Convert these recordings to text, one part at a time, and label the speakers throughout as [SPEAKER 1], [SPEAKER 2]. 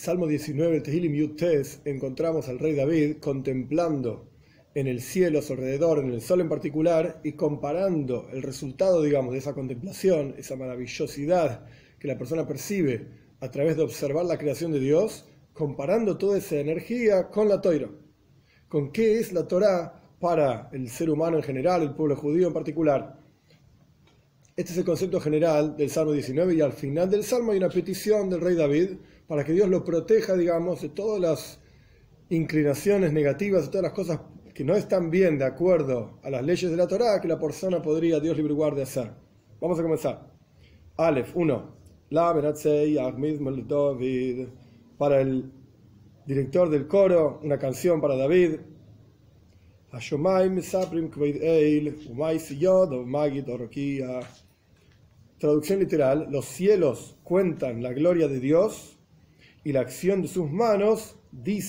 [SPEAKER 1] Salmo 19, el Tehilim Yud Tes, encontramos al rey David contemplando en el cielo a su alrededor, en el sol en particular, y comparando el resultado, digamos, de esa contemplación, esa maravillosidad que la persona percibe a través de observar la creación de Dios, comparando toda esa energía con la Torá. ¿Con qué es la Torá para el ser humano en general, el pueblo judío en particular? Este es el concepto general del Salmo 19, y al final del Salmo hay una petición del rey David para que Dios lo proteja, digamos, de todas las inclinaciones negativas, de todas las cosas que no están bien de acuerdo a las leyes de la Torá, que la persona podría, Dios libre y guarde, hacer. Vamos a comenzar. Aleph 1. La Benatzei Ahmid David. Para el director del coro, una canción para David. Traducción literal: los cielos cuentan la gloria de Dios y la acción de sus manos,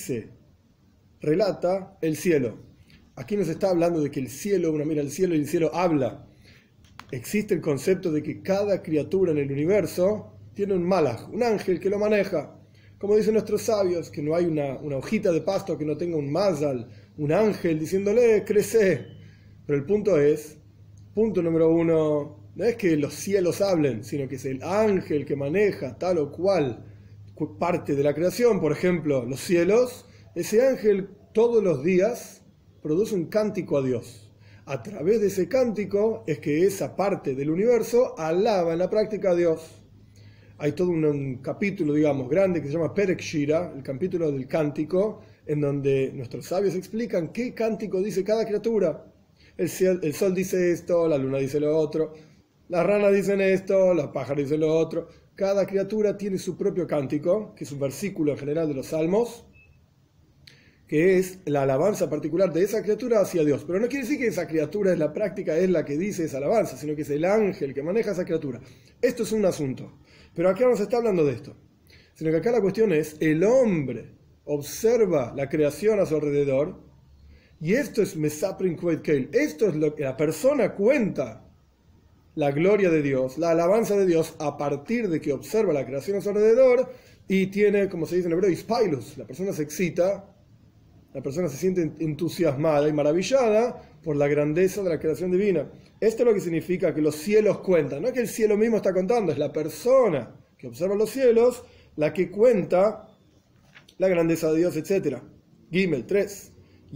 [SPEAKER 1] relata el cielo. Aquí nos está hablando de que el cielo, uno mira el cielo y el cielo habla. Existe el concepto de que cada criatura en el universo tiene un malaj, un ángel que lo maneja. Como dicen nuestros sabios, que no hay una hojita de pasto que no tenga un mazal, un ángel diciéndole, crece. Pero el punto es, punto número uno, no es que los cielos hablen, sino que es el ángel que maneja tal o cual parte de la creación. Por ejemplo, los cielos, ese ángel todos los días produce un cántico a Dios. A través de ese cántico es que esa parte del universo alaba en la práctica a Dios. Hay todo un capítulo, digamos, grande que se llama Perek Shira, el capítulo del cántico, en donde nuestros sabios explican qué cántico dice cada criatura. El sol dice esto, la luna dice lo otro, las ranas dicen esto, los pájaros dicen lo otro. Cada criatura tiene su propio cántico, que es un versículo en general de los Salmos, que es la alabanza particular de esa criatura hacia Dios. Pero no quiere decir que esa criatura en la práctica es la que dice esa alabanza, sino que es el ángel que maneja esa criatura. Esto es un asunto. Pero acá no se está hablando de esto, sino que acá la cuestión es, el hombre observa la creación a su alrededor, y esto es Mesaprin Kvet Keil, esto es lo que la persona cuenta, la gloria de Dios, la alabanza de Dios, a partir de que observa la creación a su alrededor, y tiene, como se dice en hebreo, ispilus, la persona se excita, la persona se siente entusiasmada y maravillada por la grandeza de la creación divina. Esto es lo que significa que los cielos cuentan. No es que el cielo mismo está contando, es la persona que observa los cielos la que cuenta la grandeza de Dios, etc. Gimel 3.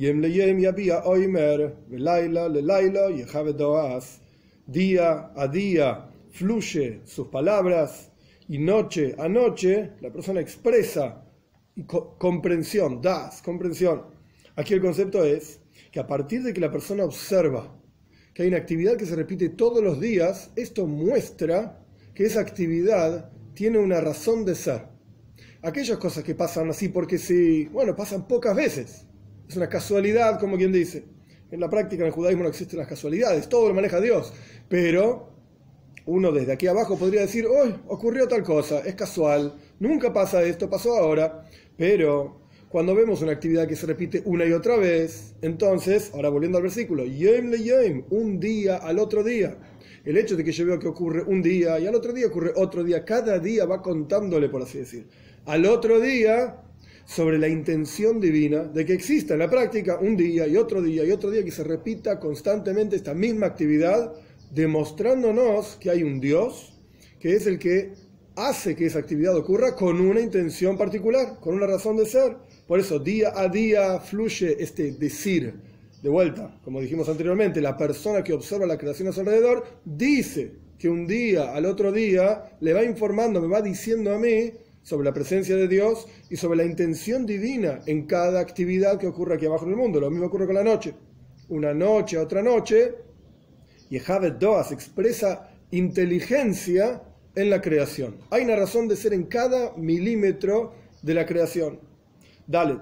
[SPEAKER 1] Día a día fluye sus palabras, y noche a noche la persona expresa comprensión, comprensión. Aquí el concepto es que a partir de que la persona observa que hay una actividad que se repite todos los días, esto muestra que esa actividad tiene una razón de ser. Aquellas cosas que pasan así porque sí, bueno, pasan pocas veces. Es una casualidad, como quien dice. En la práctica, en el judaísmo no existen las casualidades, todo lo maneja Dios. Pero uno desde aquí abajo podría decir, hoy ocurrió tal cosa, es casual, nunca pasa esto, pasó ahora. Pero cuando vemos una actividad que se repite una y otra vez, entonces, ahora volviendo al versículo, yem le yem, un día al otro día. El hecho de que yo veo que ocurre un día y al otro día ocurre otro día, cada día va contándole, por así decir, al otro día, sobre la intención divina de que exista en la práctica un día y otro día y otro día, que se repita constantemente esta misma actividad, demostrándonos que hay un Dios que es el que hace que esa actividad ocurra con una intención particular, con una razón de ser. Por eso día a día fluye este decir. De vuelta, como dijimos anteriormente, la persona que observa la creación a su alrededor dice que un día al otro día le va informando, me va diciendo a mí sobre la presencia de Dios y sobre la intención divina en cada actividad que ocurre aquí abajo en el mundo. Lo mismo ocurre con la noche. Una noche a otra noche, Yehavet Doas expresa inteligencia en la creación. Hay una razón de ser en cada milímetro de la creación. Dalet.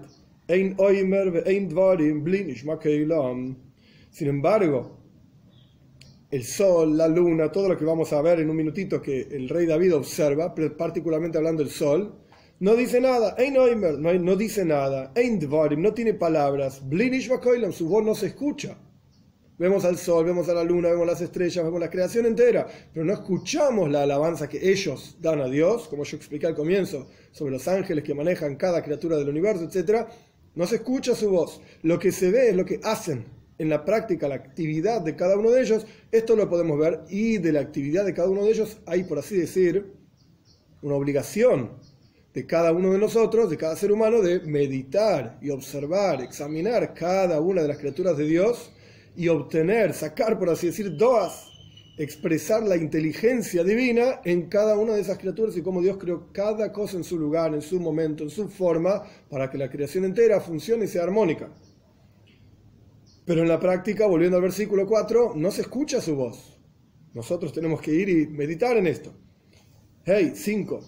[SPEAKER 1] Sin embargo, el sol, la luna, todo lo que vamos a ver en un minutito que el rey David observa, particularmente hablando del sol, no dice nada. No dice nada. No tiene palabras. Su voz no se escucha. Vemos al sol, vemos a la luna, vemos las estrellas, vemos la creación entera, pero no escuchamos la alabanza que ellos dan a Dios, como yo expliqué al comienzo, sobre los ángeles que manejan cada criatura del universo, etc. No se escucha su voz. Lo que se ve es lo que hacen en la práctica, la actividad de cada uno de ellos. Esto lo podemos ver, y de la actividad de cada uno de ellos hay, por así decir, una obligación de cada uno de nosotros, de cada ser humano, de meditar y observar, examinar cada una de las criaturas de Dios y obtener, sacar, por así decir, doas, expresar la inteligencia divina en cada una de esas criaturas y cómo Dios creó cada cosa en su lugar, en su momento, en su forma, para que la creación entera funcione y sea armónica. Pero en la práctica, volviendo al versículo 4, no se escucha su voz. Nosotros tenemos que ir y meditar en esto. Hey, 5.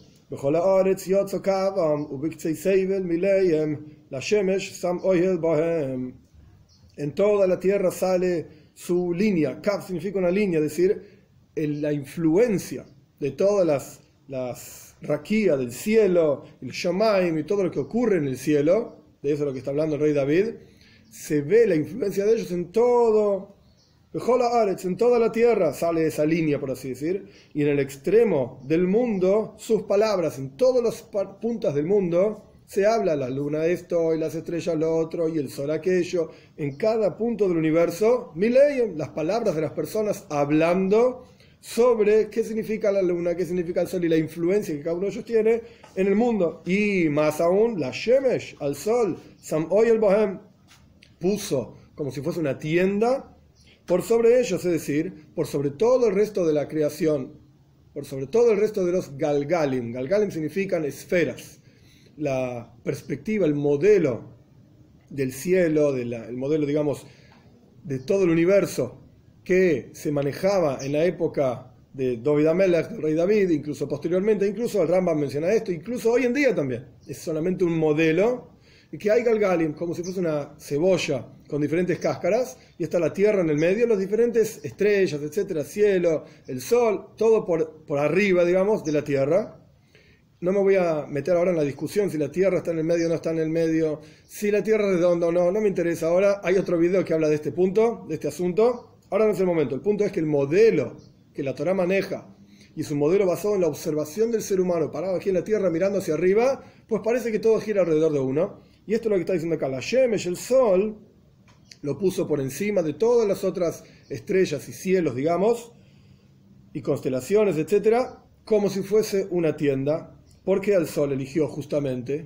[SPEAKER 1] En toda la tierra sale su línea. Kav significa una línea, es decir, la influencia de todas las raquías del cielo, el Shamaim y todo lo que ocurre en el cielo. De eso es lo que está hablando el rey David. Se ve la influencia de ellos en todo. En toda la tierra sale esa línea, por así decir, y en el extremo del mundo, sus palabras, en todas las puntas del mundo, se habla la luna esto, y las estrellas lo otro, y el sol aquello, en cada punto del universo, Mileyem, las palabras de las personas hablando sobre qué significa la luna, qué significa el sol, y la influencia que cada uno de ellos tiene en el mundo. Y más aún, la Shemesh, al sol, Sam el Bohem, puso como si fuese una tienda por sobre ellos, es decir, por sobre todo el resto de la creación, por sobre todo el resto de los Galgalim. Galgalim significan esferas. La perspectiva, el modelo del cielo, el modelo, digamos, de todo el universo que se manejaba en la época de David Amelech, del rey David, incluso posteriormente, incluso el Rambam menciona esto, incluso hoy en día también. Es solamente un modelo, y que hay Galgalim, como si fuese una cebolla con diferentes cáscaras, y está la tierra en el medio, las diferentes estrellas, etcétera, cielo, el sol, todo por arriba, digamos, de la tierra. No me voy a meter ahora en la discusión si la tierra está en el medio o no está en el medio, si la tierra es redonda o no, no me interesa ahora. Hay otro video que habla de este punto, de este asunto. Ahora no es el momento. El punto es que el modelo que la Torá maneja, y es un modelo basado en la observación del ser humano parado aquí en la tierra mirando hacia arriba, pues parece que todo gira alrededor de uno. Y esto es lo que está diciendo acá. La Shemesh, el sol, lo puso por encima de todas las otras estrellas y cielos, digamos, y constelaciones, etcétera, como si fuese una tienda. ¿Por qué al sol eligió justamente?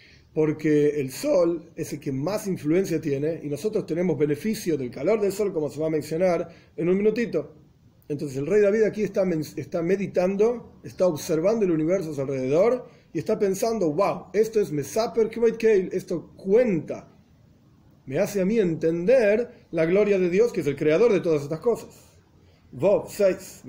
[SPEAKER 1] Porque el sol es el que más influencia tiene y nosotros tenemos beneficio del calor del sol, como se va a mencionar en un minutito. Entonces el rey David aquí está meditando, está observando el universo a su alrededor y está pensando, wow, esto es Mesaper Kivait Keil, esto cuenta, me hace a mí entender la gloria de Dios, que es el creador de todas estas cosas. Vov 6.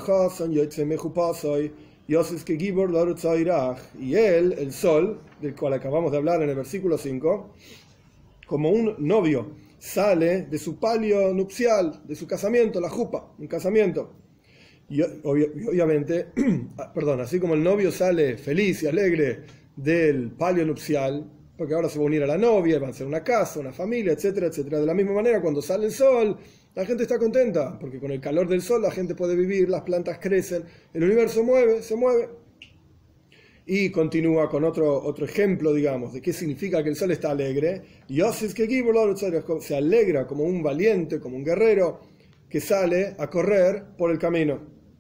[SPEAKER 1] Y él, el sol, del cual acabamos de hablar en el versículo 5, como un novio, sale de su palio nupcial, de su casamiento, la jupa, un casamiento. Y obviamente, perdón, así como el novio sale feliz y alegre del palio nupcial, porque ahora se va a unir a la novia, van a hacer una casa, una familia, etcétera, etcétera. De la misma manera, cuando sale el sol, la gente está contenta, porque con el calor del sol la gente puede vivir, las plantas crecen, el universo se mueve. Y continúa con otro ejemplo, digamos, de qué significa que el sol está alegre. Yosis que se alegra como un valiente, como un guerrero que sale a correr por el camino.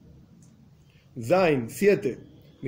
[SPEAKER 1] Zain 7.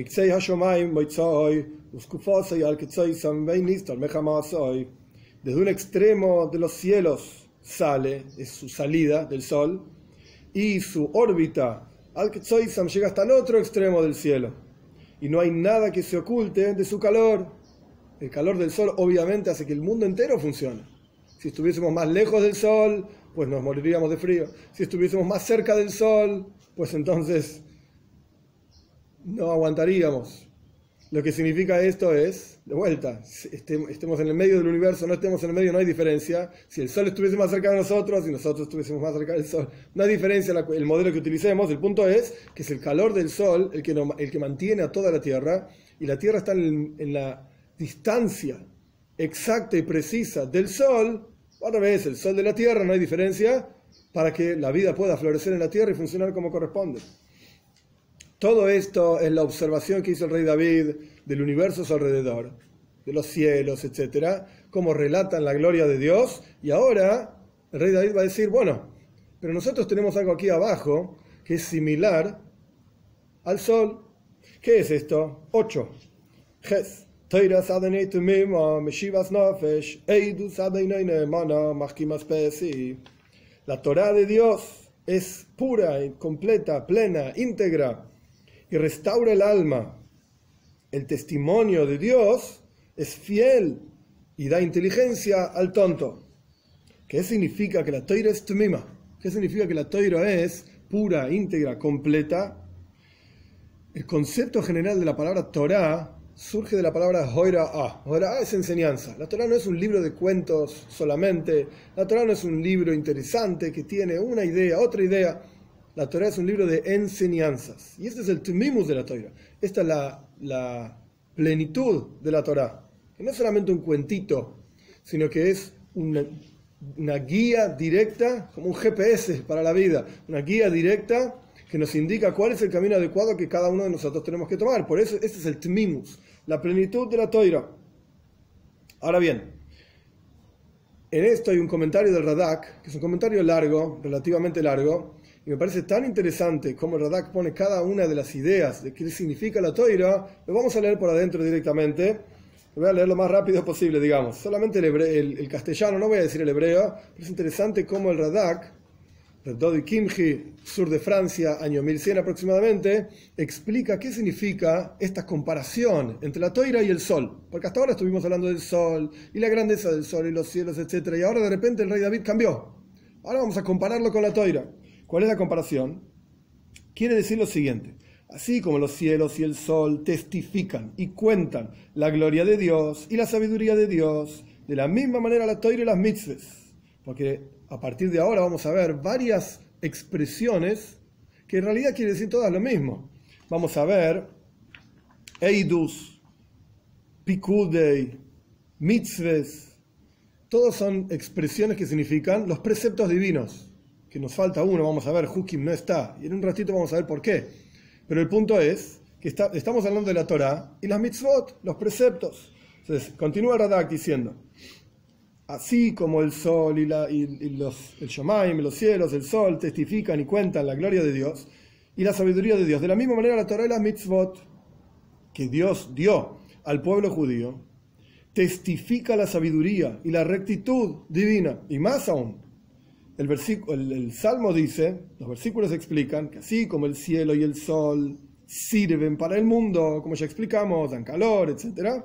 [SPEAKER 1] Desde un extremo de los cielos sale, es su salida del sol, y su órbita llega hasta el otro extremo del cielo. Y no hay nada que se oculte de su calor. El calor del sol obviamente hace que el mundo entero funcione. Si estuviésemos más lejos del sol, pues nos moriríamos de frío. Si estuviésemos más cerca del sol, pues entonces no aguantaríamos. Lo que significa esto es, de vuelta, estemos en el medio del universo, no estemos en el medio, no hay diferencia. Si el sol estuviese más cerca de nosotros y nosotros estuviésemos más cerca del sol, no hay diferencia el modelo que utilicemos. El punto es que es el calor del sol el que mantiene a toda la Tierra, y la Tierra está en la distancia exacta y precisa del sol. Otra vez, el sol de la Tierra, no hay diferencia, para que la vida pueda florecer en la tierra y funcionar como corresponde. Todo esto es la observación que hizo el rey David del universo a su alrededor, de los cielos, etc., cómo relatan la gloria de Dios. Y ahora el rey David va a decir, bueno, pero nosotros tenemos algo aquí abajo que es similar al sol. ¿Qué es esto? 8. Ges. La Torá de Dios es pura, completa, plena, íntegra y restaura el alma. El testimonio de Dios es fiel y da inteligencia al tonto. ¿Qué significa que la Torá es tumima? ¿Qué significa que la Torá es pura, íntegra, completa? El concepto general de la palabra Torá surge de la palabra Hoira'ah. Hoira'ah es enseñanza. La Torá no es un libro de cuentos solamente. La Torá no es un libro interesante que tiene una idea, otra idea. La Torá es un libro de enseñanzas. Y este es el tumimus de la Torá. Esta es la plenitud de la Torá. Que no es solamente un cuentito, sino que es una guía directa, como un GPS para la vida. Una guía directa que nos indica cuál es el camino adecuado que cada uno de nosotros tenemos que tomar. Por eso este es el tmimus, la plenitud de la Torá. Ahora bien, en esto hay un comentario del Radak, que es un comentario largo, relativamente largo, y me parece tan interesante cómo el Radak pone cada una de las ideas de qué significa la Torá. Lo vamos a leer por adentro directamente. Lo voy a leer lo más rápido posible, digamos. Solamente el castellano, no voy a decir el hebreo, pero es interesante cómo el Radak, Dodi Kimchi, sur de Francia, año 1100 aproximadamente, explica qué significa esta comparación entre la Torá y el sol. Porque hasta ahora estuvimos hablando del sol y la grandeza del sol y los cielos, etc. Y ahora de repente el rey David cambió. Ahora vamos a compararlo con la Torá. ¿Cuál es la comparación? Quiere decir lo siguiente. Así como los cielos y el sol testifican y cuentan la gloria de Dios y la sabiduría de Dios, de la misma manera la Torá y las mitzvahs. Porque a partir de ahora vamos a ver varias expresiones que en realidad quiere decir todas lo mismo. Vamos a ver Eidus, Pikudei, Mitzvahs. Todos son expresiones que significan los preceptos divinos. Que nos falta uno, vamos a ver, Hukim no está. Y en un ratito vamos a ver por qué. Pero el punto es que estamos hablando de la Torá y las mitzvot, los preceptos. Entonces, continúa Radak diciendo, así como el sol el Shomayim, los cielos, el sol, testifican y cuentan la gloria de Dios y la sabiduría de Dios. De la misma manera la Torá y las mitzvot que Dios dio al pueblo judío, testifica la sabiduría y la rectitud divina. Y más aún, el Salmo dice, los versículos explican que así como el cielo y el sol sirven para el mundo, como ya explicamos, dan calor, etc.,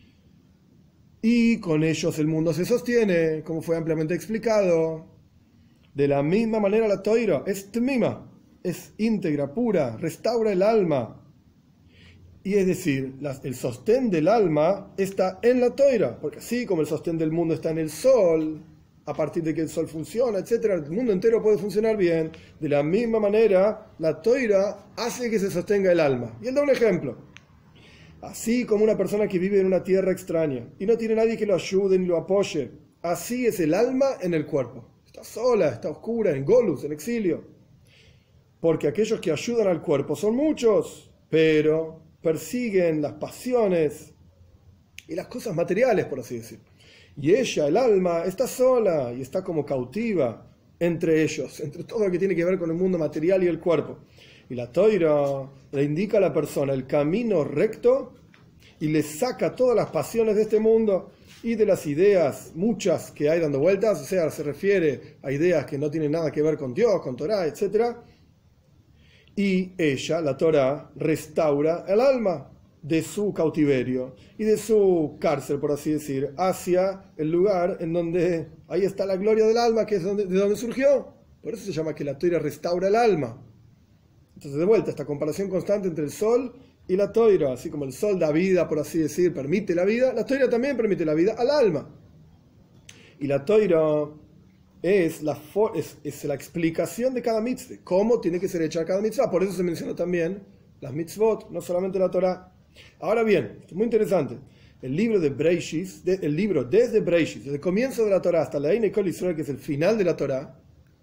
[SPEAKER 1] y con ellos el mundo se sostiene, como fue ampliamente explicado. De la misma manera la Torá es tmima, es íntegra, pura, restaura el alma. Y es decir, el sostén del alma está en la Torá, porque así como el sostén del mundo está en el sol, a partir de que el sol funciona, etc., el mundo entero puede funcionar bien. De la misma manera, la Torá hace que se sostenga el alma. Y él da un ejemplo. Así como una persona que vive en una tierra extraña y no tiene nadie que lo ayude ni lo apoye, así es el alma en el cuerpo. Está sola, está oscura, en Golus, en exilio. Porque aquellos que ayudan al cuerpo son muchos, pero persiguen las pasiones y las cosas materiales, por así decir. Y ella, el alma, está sola y está como cautiva entre ellos, entre todo lo que tiene que ver con el mundo material y el cuerpo. Y la Torá le indica a la persona el camino recto y le saca todas las pasiones de este mundo y de las ideas, muchas que hay dando vueltas, o sea, se refiere a ideas que no tienen nada que ver con Dios, con Torá, etc. Y ella, la Torá, restaura el alma de su cautiverio y de su cárcel, por así decir, hacia el lugar en donde ahí está la gloria del alma, que es de donde surgió. Por eso se llama que la Torá restaura el alma. Entonces, de vuelta, esta comparación constante entre el sol y la Torá, así como el sol da vida, por así decir, permite la vida, la Torá también permite la vida al alma. Y la Torá es la explicación de cada mitzvah, cómo tiene que ser hecha cada mitzvah. Por eso se menciona también las mitzvot, no solamente la Torá. Ahora bien, esto es muy interesante. El libro de Breishis, el libro desde Breishis, desde el comienzo de la Torá hasta la Ein Kol Israel, que es el final de la Torá,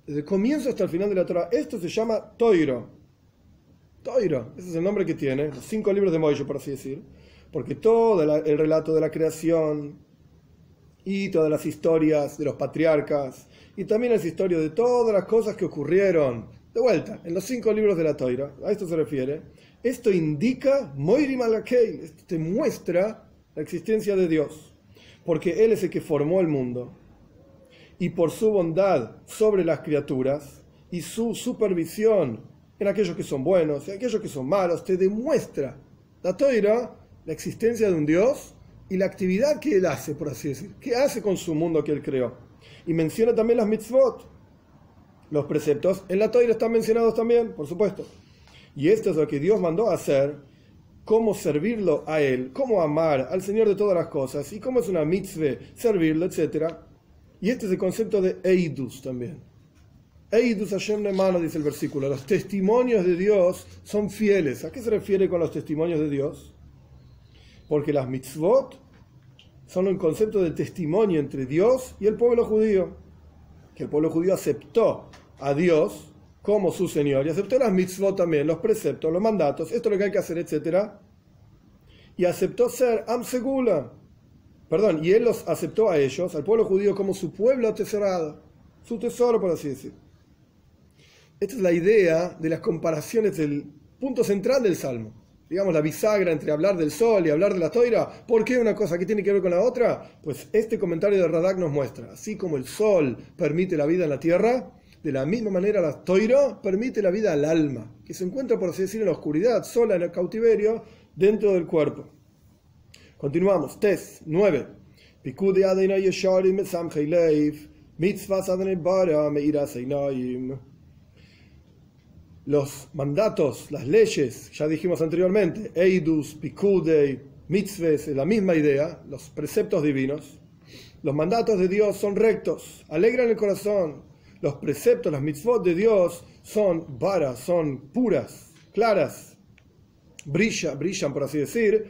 [SPEAKER 1] desde el comienzo hasta el final de la Torah. Esto se llama Toiro. Toiro, ese es el nombre que tiene, los 5 libros de Moisés, por así decir, porque todo el relato de la creación y todas las historias de los patriarcas y también las historias de todas las cosas que ocurrieron, de vuelta, en los 5 libros de la Torah, a esto se refiere. Esto indica, Moirim Alakei, esto te muestra la existencia de Dios, porque Él es el que formó el mundo, y por su bondad sobre las criaturas y su supervisión en aquellos que son buenos y aquellos que son malos, te demuestra la Torah la existencia de un Dios y la actividad que Él hace, por así decir, que hace con su mundo que Él creó. Y menciona también las mitzvot, los preceptos. En la Torah están mencionados también, por supuesto. Y esto es lo que Dios mandó a hacer, cómo servirlo a Él, cómo amar al Señor de todas las cosas, y cómo es una mitzvah servirlo, etc. Y este es el concepto de Eidus también. Eidus Hashem Nemano, dice el versículo. Los testimonios de Dios son fieles. ¿A qué se refiere con los testimonios de Dios? Porque las mitzvot son un concepto de testimonio entre Dios y el pueblo judío. Que el pueblo judío aceptó a Dios como su Señor y aceptó las mitzvot también, los preceptos, los mandatos, esto es lo que hay que hacer, etc. Y aceptó ser Am Segula. Perdón, y Él los aceptó a ellos, al pueblo judío, como su pueblo atesorado, su tesoro, por así decir. Esta es la idea de las comparaciones del punto central del Salmo. Digamos, la bisagra entre hablar del sol y hablar de la Toira. ¿Por qué una cosa que tiene que ver con la otra? Pues este comentario de Radak nos muestra, así como el sol permite la vida en la tierra, de la misma manera la Toira permite la vida al alma, que se encuentra, por así decir, en la oscuridad, sola en el cautiverio, dentro del cuerpo. Continuamos. Tes 9. Los mandatos, las leyes, ya dijimos anteriormente, Eidus, Pikudei, Mitzves, es la misma idea, los preceptos divinos. Los mandatos de Dios son rectos, alegran el corazón. Los preceptos, las mitzvot de Dios son varas, son puras, claras, brillan, por así decir,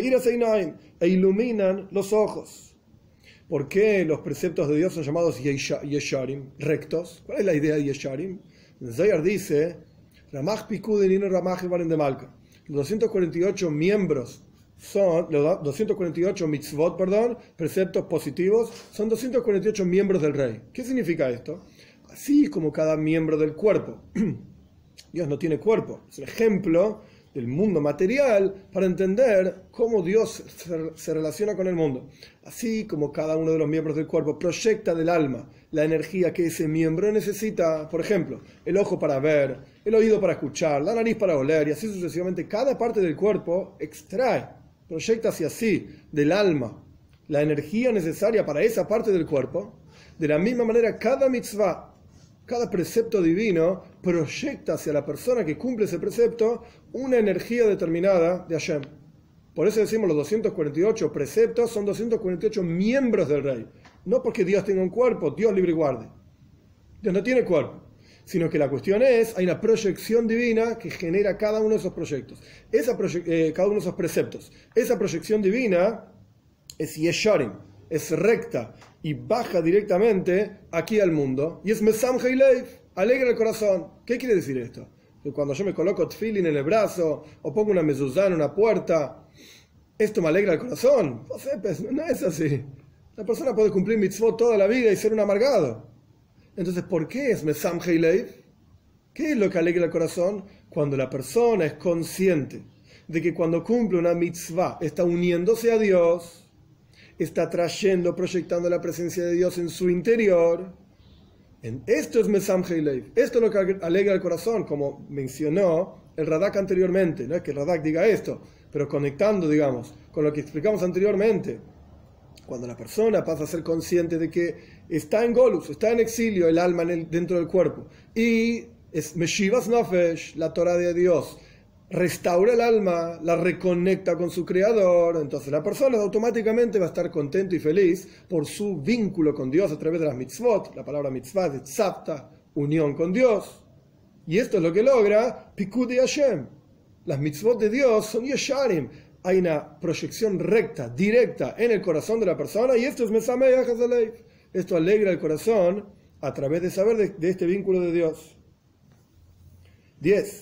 [SPEAKER 1] e iluminan los ojos. ¿Por qué los preceptos de Dios son llamados Yesharim, rectos? ¿Cuál es la idea de Yesharim? Zayar dice, Ramach Pikudin y Ramach Ibarim de Malka. Los 248 miembros son, los 248 mitzvot, preceptos positivos, son 248 miembros del rey. ¿Qué significa esto? Así como cada miembro del cuerpo. Dios no tiene cuerpo. Es un ejemplo del mundo material para entender cómo Dios se relaciona con el mundo. Así como cada uno de los miembros del cuerpo proyecta del alma la energía que ese miembro necesita, por ejemplo, el ojo para ver, el oído para escuchar, la nariz para oler, y así sucesivamente, cada parte del cuerpo extrae, proyecta hacia sí del alma la energía necesaria para esa parte del cuerpo. De la misma manera, cada mitzvah, cada precepto divino proyecta hacia la persona que cumple ese precepto una energía determinada de Hashem. Por eso decimos los 248 preceptos son 248 miembros del rey. No porque Dios tenga un cuerpo, Dios libre y guarde. Dios no tiene cuerpo. Sino que la cuestión es, hay una proyección divina que genera cada uno de esos proyectos. Cada uno de esos preceptos. Esa proyección divina es Yesharim, es recta y baja directamente aquí al mundo. Y es Mesam Heileif, alegra el corazón. ¿Qué quiere decir esto? Que cuando yo me coloco tefilin en el brazo o pongo una mezuzá en una puerta, ¿esto me alegra el corazón? No sé, pues, no es así. La persona puede cumplir mitzvot toda la vida y ser un amargado. Entonces, ¿por qué es Mesam Heileif? ¿Qué es lo que alegra el corazón? Cuando la persona es consciente de que cuando cumple una mitzvah está uniéndose a Dios, está trayendo, proyectando la presencia de Dios en su interior. Esto es Mesam Heileif. Esto es lo que alegra el corazón, como mencionó el Radak anteriormente. No es que el Radak diga esto, pero conectando, digamos, con lo que explicamos anteriormente. Cuando la persona pasa a ser consciente de que está en Golus, está en exilio, el alma dentro del cuerpo, y es Meshivas Nafesh, la Torah de Dios, restaura el alma, la reconecta con su creador, entonces la persona automáticamente va a estar contento y feliz por su vínculo con Dios a través de las mitzvot. La palabra mitzvah es tzapta, unión con Dios. Y esto es lo que logra Pikud de Hashem. Las mitzvot de Dios son Yesharim. Hay una proyección recta, directa en el corazón de la persona, y esto es Mesameach Hazaleif. Esto alegra el corazón a través de saber de este vínculo de Dios. 10.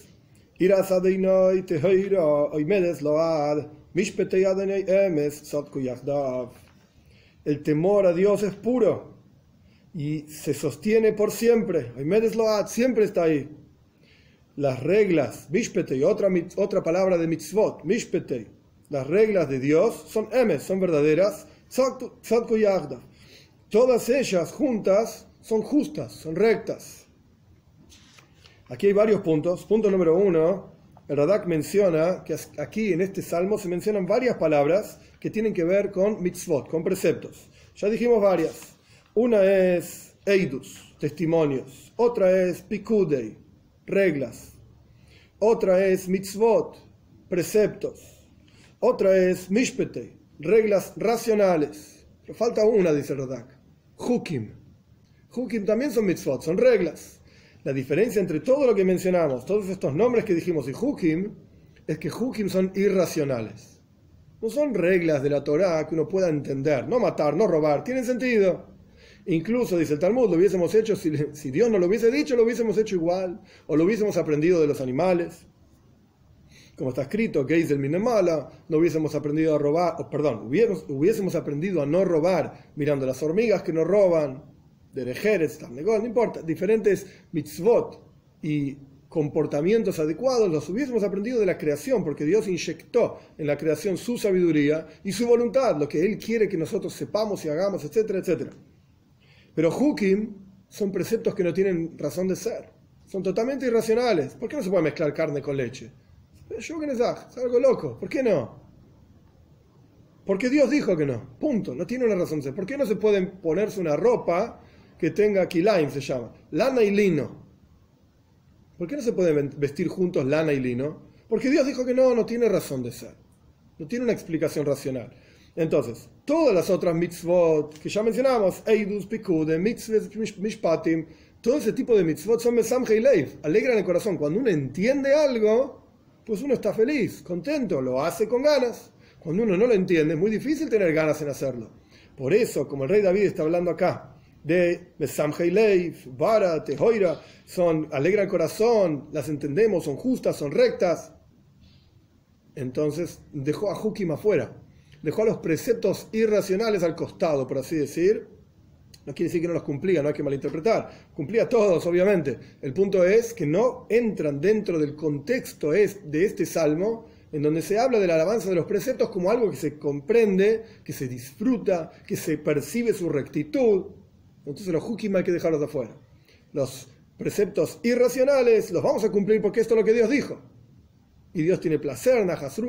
[SPEAKER 1] El temor a Dios es puro y se sostiene por siempre. Siempre está ahí. Las reglas, mishpetei, otra palabra de mitzvot, mishpetei, las reglas de Dios son emes, son verdaderas, tzadku yachdav. Todas ellas juntas son justas, son rectas. Aquí hay varios puntos. Punto número 1, el Radak menciona que aquí en este salmo se mencionan varias palabras que tienen que ver con mitzvot, con preceptos. Ya dijimos varias. Una es eidus, testimonios. Otra es pikudei, reglas. Otra es mitzvot, preceptos. Otra es mishpetei, reglas racionales. Pero falta una, dice Radak. Hukim. Hukim también son mitzvot, son reglas. La diferencia entre todo lo que mencionamos, todos estos nombres que dijimos y Hukim, es que Hukim son irracionales. No son reglas de la Torá que uno pueda entender. No matar, no robar, tienen sentido. Incluso, dice el Talmud, lo hubiésemos hecho, si Dios no lo hubiese dicho, lo hubiésemos hecho igual. O lo hubiésemos aprendido de los animales. Como está escrito, que dice el Minemala, no hubiésemos aprendido a robar, hubiésemos aprendido a no robar mirando las hormigas que no roban, de Erejeres, Tarnegol, no importa, diferentes mitzvot y comportamientos adecuados los hubiésemos aprendido de la creación, porque Dios inyectó en la creación su sabiduría y su voluntad, lo que Él quiere que nosotros sepamos y hagamos, etcétera, etcétera. Pero Hukim son preceptos que no tienen razón de ser, son totalmente irracionales. ¿Por qué no se puede mezclar carne con leche? Es algo loco, ¿por qué no? Porque Dios dijo que no, punto, no tiene una razón de ser. ¿Por qué no se pueden ponerse una ropa que tenga kilaim, se llama, lana y lino? ¿Por qué no se pueden vestir juntos lana y lino? Porque Dios dijo que no, no tiene razón de ser, no tiene una explicación racional. Entonces, todas las otras mitzvot que ya mencionamos, eidus, pikude, mitzvot, mishpatim, todo ese tipo de mitzvot son mesamhei leiv, alegran el corazón. Cuando uno entiende algo, pues uno está feliz, contento, lo hace con ganas. Cuando uno no lo entiende, es muy difícil tener ganas en hacerlo. Por eso, como el rey David está hablando acá, de mesamhei leiv, vara, tehoira, alegran el corazón, las entendemos, son justas, son rectas. Entonces, dejó a Hukim afuera. Dejó a los preceptos irracionales al costado, por así decir. No quiere decir que no los cumplía, no hay que malinterpretar. Cumplía todos, obviamente. El punto es que no entran dentro del contexto de este salmo, en donde se habla de la alabanza de los preceptos como algo que se comprende, que se disfruta, que se percibe su rectitud. Entonces los hukim hay que dejarlos de afuera. Los preceptos irracionales los vamos a cumplir porque esto es lo que Dios dijo. Y Dios tiene placer,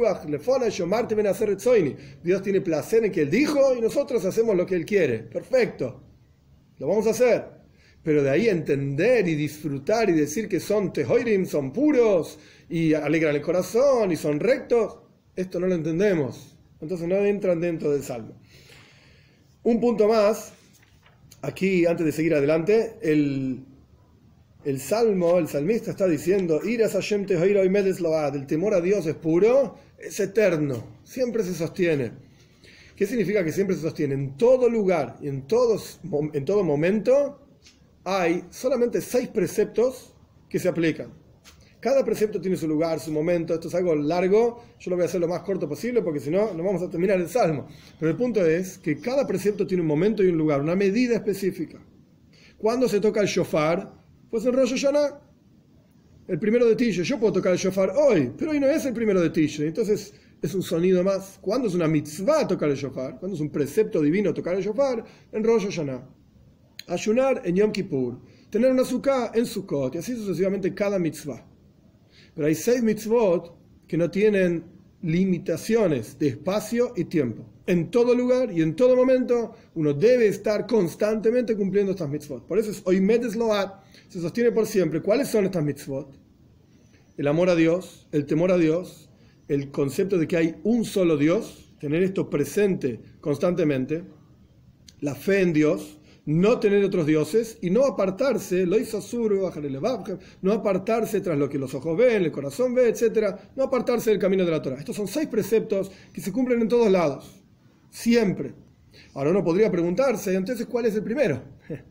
[SPEAKER 1] Dios tiene placer en que Él dijo y nosotros hacemos lo que Él quiere. Perfecto, lo vamos a hacer. Pero de ahí entender y disfrutar y decir que son tehoirim, son puros y alegran el corazón y son rectos, esto no lo entendemos. Entonces no entran dentro del salmo. Un punto más, aquí antes de seguir adelante, el salmo, el salmista está diciendo, el temor a Dios es puro, es eterno, siempre se sostiene. ¿Qué significa que siempre se sostiene? En todo lugar y en todo momento hay solamente 6 preceptos que se aplican. Cada precepto tiene su lugar, su momento. Esto es algo largo, yo lo voy a hacer lo más corto posible porque si no, no vamos a terminar el salmo. Pero el punto es que cada precepto tiene un momento y un lugar, una medida específica. ¿Cuándo se toca el shofar? Pues en Rosh Hashanah, el 1 de Tishrei. Yo puedo tocar el shofar hoy, pero hoy no es el 1 de Tishrei. Entonces es un sonido más. ¿Cuándo es una mitzvah tocar el shofar? ¿Cuándo es un precepto divino tocar el shofar? En Rosh Hashanah. Ayunar en Yom Kippur. Tener una sukkah en Sukkot. Y así sucesivamente cada mitzvah. Pero hay 6 mitzvot que no tienen limitaciones de espacio y tiempo. En todo lugar y en todo momento uno debe estar constantemente cumpliendo estas mitzvot. Por eso es Oimedes Loat, se sostiene por siempre. ¿Cuáles son estas mitzvot? El amor a Dios, el temor a Dios, el concepto de que hay un solo Dios, tener esto presente constantemente, la fe en Dios, no tener otros dioses y no apartarse, no apartarse tras lo que los ojos ven, el corazón ve, etc. No apartarse del camino de la Torah. Estos son 6 preceptos que se cumplen en todos lados, siempre. Ahora uno podría preguntarse, entonces, ¿cuál es el primero?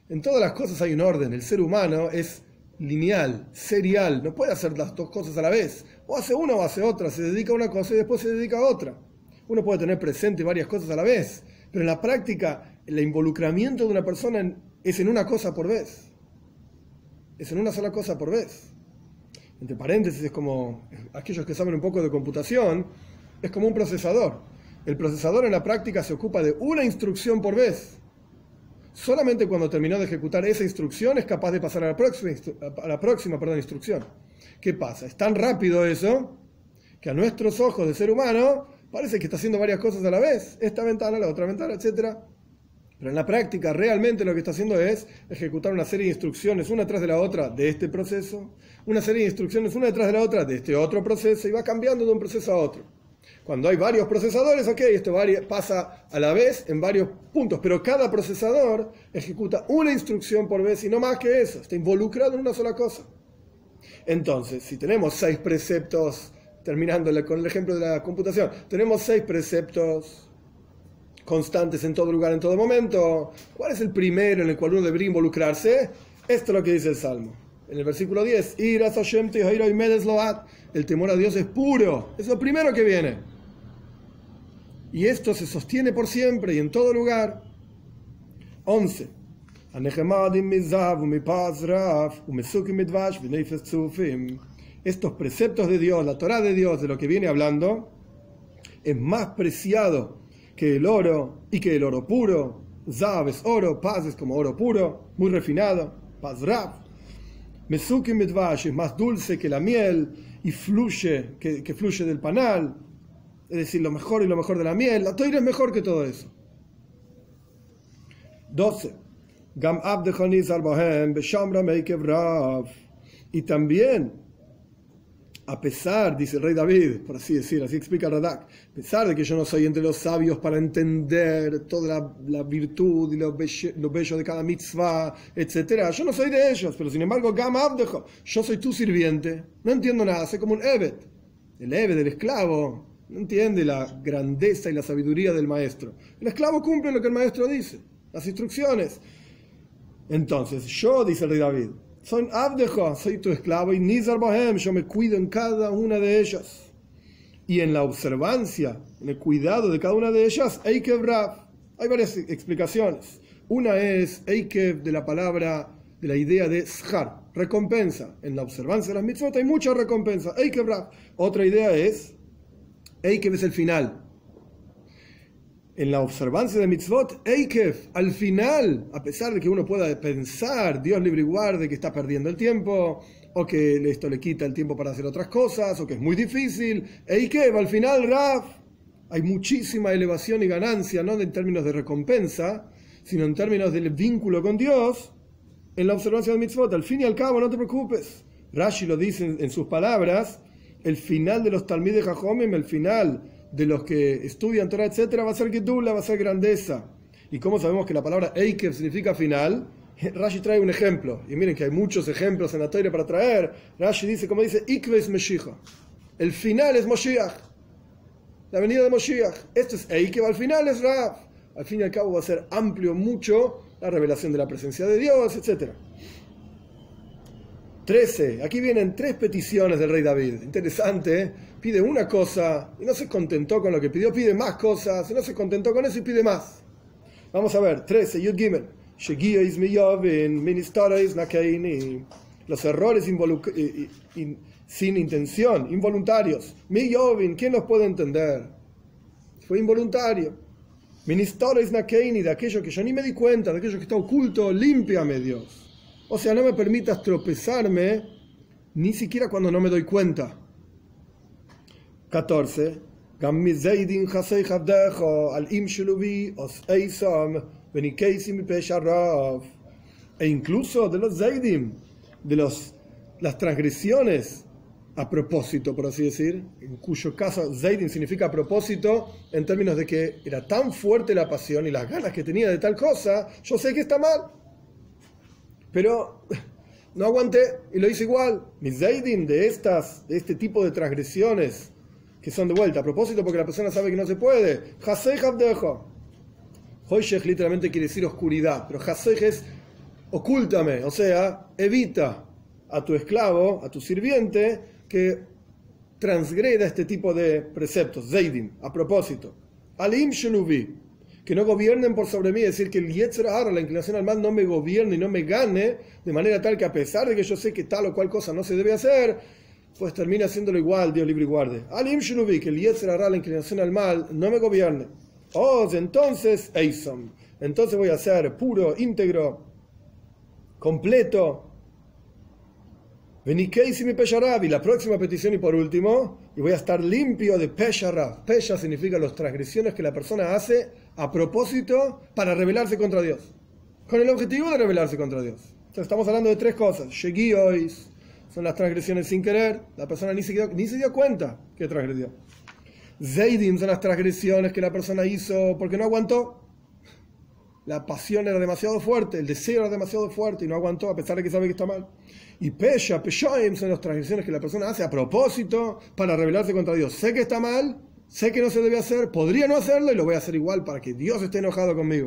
[SPEAKER 1] En todas las cosas hay un orden. El ser humano es lineal, serial, no puede hacer las dos cosas a la vez. O hace una o hace otra, se dedica a una cosa y después se dedica a otra. Uno puede tener presente varias cosas a la vez, pero en la práctica el involucramiento de una persona es en una cosa por vez. Es en una sola cosa por vez. Entre paréntesis, es como aquellos que saben un poco de computación, es como un procesador. El procesador en la práctica se ocupa de una instrucción por vez. Solamente cuando terminó de ejecutar esa instrucción es capaz de pasar a la próxima instrucción. ¿Qué pasa? Es tan rápido eso que a nuestros ojos de ser humano parece que está haciendo varias cosas a la vez. Esta ventana, la otra ventana, etc. Pero en la práctica realmente lo que está haciendo es ejecutar una serie de instrucciones una tras de la otra de este proceso, una serie de instrucciones una detrás de la otra de este otro proceso y va cambiando de un proceso a otro. Cuando hay varios procesadores, ok, esto pasa a la vez en varios puntos, pero cada procesador ejecuta una instrucción por vez y no más que eso, está involucrado en una sola cosa. Entonces, si tenemos 6 preceptos, terminando con el ejemplo de la computación, tenemos 6 preceptos constantes en todo lugar, en todo momento, ¿cuál es el primero en el cual uno debería involucrarse? Esto es lo que dice el Salmo. En el versículo 10, el temor a Dios es puro, es lo primero que viene. Y esto se sostiene por siempre y en todo lugar. 11. Estos preceptos de Dios, la Torá de Dios, de lo que viene hablando, es más preciado que el oro y que el oro puro. Zav es oro, paz es como oro puro, muy refinado, paz rav. Mesukim midvash es más dulce que la miel y fluye, que fluye del panal, es decir, lo mejor y lo mejor de la miel. La Torá es mejor que todo eso. 12. Gam abdechonizar bohem beshamra meikev rav. Y también, a pesar, dice el rey David, por así decir, así explica Radak, a pesar de que yo no soy entre los sabios para entender toda la virtud y lo bello de cada mitzvah, etc., yo no soy de ellos, pero sin embargo, Gam Abdejo, yo soy tu sirviente, no entiendo nada, soy como un Eved. El Eved, el esclavo, no entiende la grandeza y la sabiduría del maestro. El esclavo cumple lo que el maestro dice, las instrucciones. Entonces, yo, dice el rey David, soy Abdejo, soy tu esclavo, y Nizar Bohem, yo me cuido en cada una de ellas. Y en la observancia, en el cuidado de cada una de ellas, Eikev Rav. Hay varias explicaciones. Una es Eikev de la palabra, de la idea de Shar, recompensa. En la observancia de las mitzvot hay mucha recompensa, Eikev Rav. Otra idea es Eikev es el final. En la observancia de mitzvot, Eikev, al final, a pesar de que uno pueda pensar, Dios libre y guarde, que está perdiendo el tiempo, o que esto le quita el tiempo para hacer otras cosas, o que es muy difícil, Eikev, al final, Rav, hay muchísima elevación y ganancia, no en términos de recompensa, sino en términos del vínculo con Dios, en la observancia de mitzvot. Al fin y al cabo, no te preocupes. Rashi lo dice en sus palabras, el final de los Talmidei Jajomim, el final de los que estudian Torah, etcétera, va a ser Gedula, va a ser grandeza. ¿Y cómo sabemos que la palabra Eikev significa final? Rashi trae un ejemplo, y miren que hay muchos ejemplos en la Torah para traer. Rashi dice, como dice, Ikve es Meshiach. El final es Moshiach, la venida de Moshiach. Esto es Eikev, al final es Rav. Al fin y al cabo va a ser amplio mucho la revelación de la presencia de Dios, etcétera. 13. Aquí vienen 3 peticiones del rey David. Interesante, ¿eh? Pide una cosa y no se contentó con lo que pidió, pide más cosas y no se contentó con eso y pide más. Vamos a ver, 13. Yud Gimel. Los errores sin intención, involuntarios. Mi Yovin, ¿quién los puede entender? Fue involuntario. Ministores Nakeini, de aquello que yo ni me di cuenta, de aquello que está oculto, límpiame, Dios. O sea, no me permitas tropezarme ni siquiera cuando no me doy cuenta. 14. E incluso de los Zaidim, de las transgresiones a propósito, por así decir, en cuyo caso Zaidim significa a propósito, en términos de que era tan fuerte la pasión y las ganas que tenía de tal cosa, yo sé que está mal, pero no aguanté y lo hice igual. Mis Zaidim de este tipo de transgresiones, que son de vuelta a propósito porque la persona sabe que no se puede. Hasej Abdejo. Hoshech literalmente quiere decir oscuridad, pero Hasej es ocúltame, o sea, evita a tu esclavo, a tu sirviente, que transgreda este tipo de preceptos, Zeidim, a propósito. Alim Sheluvi, que no gobiernen por sobre mí, es decir, que el Yetzer Hara, la inclinación al mal, no me gobierne y no me gane, de manera tal que a pesar de que yo sé que tal o cual cosa no se debe hacer, pues termina haciéndolo igual, Dios libre y guarde. Alim Sheluvi, que el Yetzer Hara, la inclinación al mal, no me gobierne. Entonces, Eisom, entonces voy a ser puro, íntegro, completo. Venikeisi mi Pesharav, y la próxima petición y por último, y voy a estar limpio de Pesharav. Pesha significa las transgresiones que la persona hace a propósito para rebelarse contra Dios, con el objetivo de rebelarse contra Dios. Entonces estamos hablando de tres cosas. Shegiois son las transgresiones sin querer, la persona ni se dio cuenta que transgredió. Zeidim son las transgresiones que la persona hizo porque no aguantó. La pasión era demasiado fuerte, el deseo era demasiado fuerte y no aguantó a pesar de que sabe que está mal. Y Peshaim son las transgresiones que la persona hace a propósito para rebelarse contra Dios. Sé que está mal, sé que no se debe hacer, podría no hacerlo y lo voy a hacer igual para que Dios esté enojado conmigo.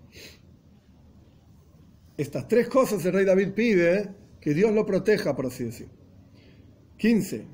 [SPEAKER 1] Estas tres cosas el rey David pide que Dios lo proteja, por así decir. 15.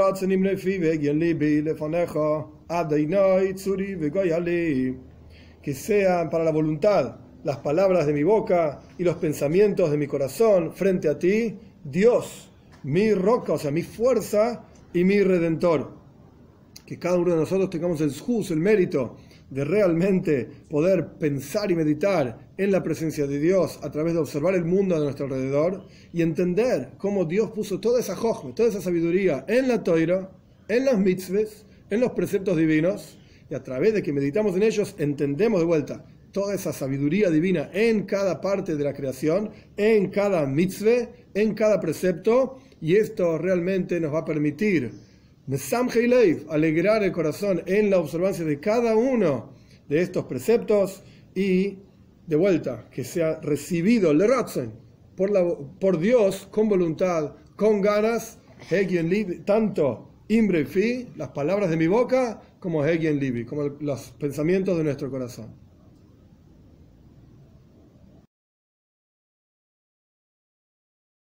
[SPEAKER 1] Que sean para la voluntad las palabras de mi boca y los pensamientos de mi corazón frente a ti, Dios, mi roca, o sea, mi fuerza y mi redentor. Que cada uno de nosotros tengamos el zhus, el mérito de realmente poder pensar y meditar en la presencia de Dios a través de observar el mundo a nuestro alrededor y entender cómo Dios puso toda esa jochma, toda esa sabiduría en la Toira, en las mitzvahs, en los preceptos divinos, y a través de que meditamos en ellos entendemos de vuelta toda esa sabiduría divina en cada parte de la creación, en cada mitzvah, en cada precepto, y esto realmente nos va a permitir alegrar el corazón en la observancia de cada uno de estos preceptos y de vuelta que sea recibido le ratzen por Dios con voluntad, con ganas, tanto Imbre Fi, las palabras de mi boca, como Hegien Libi, como los pensamientos de nuestro corazón.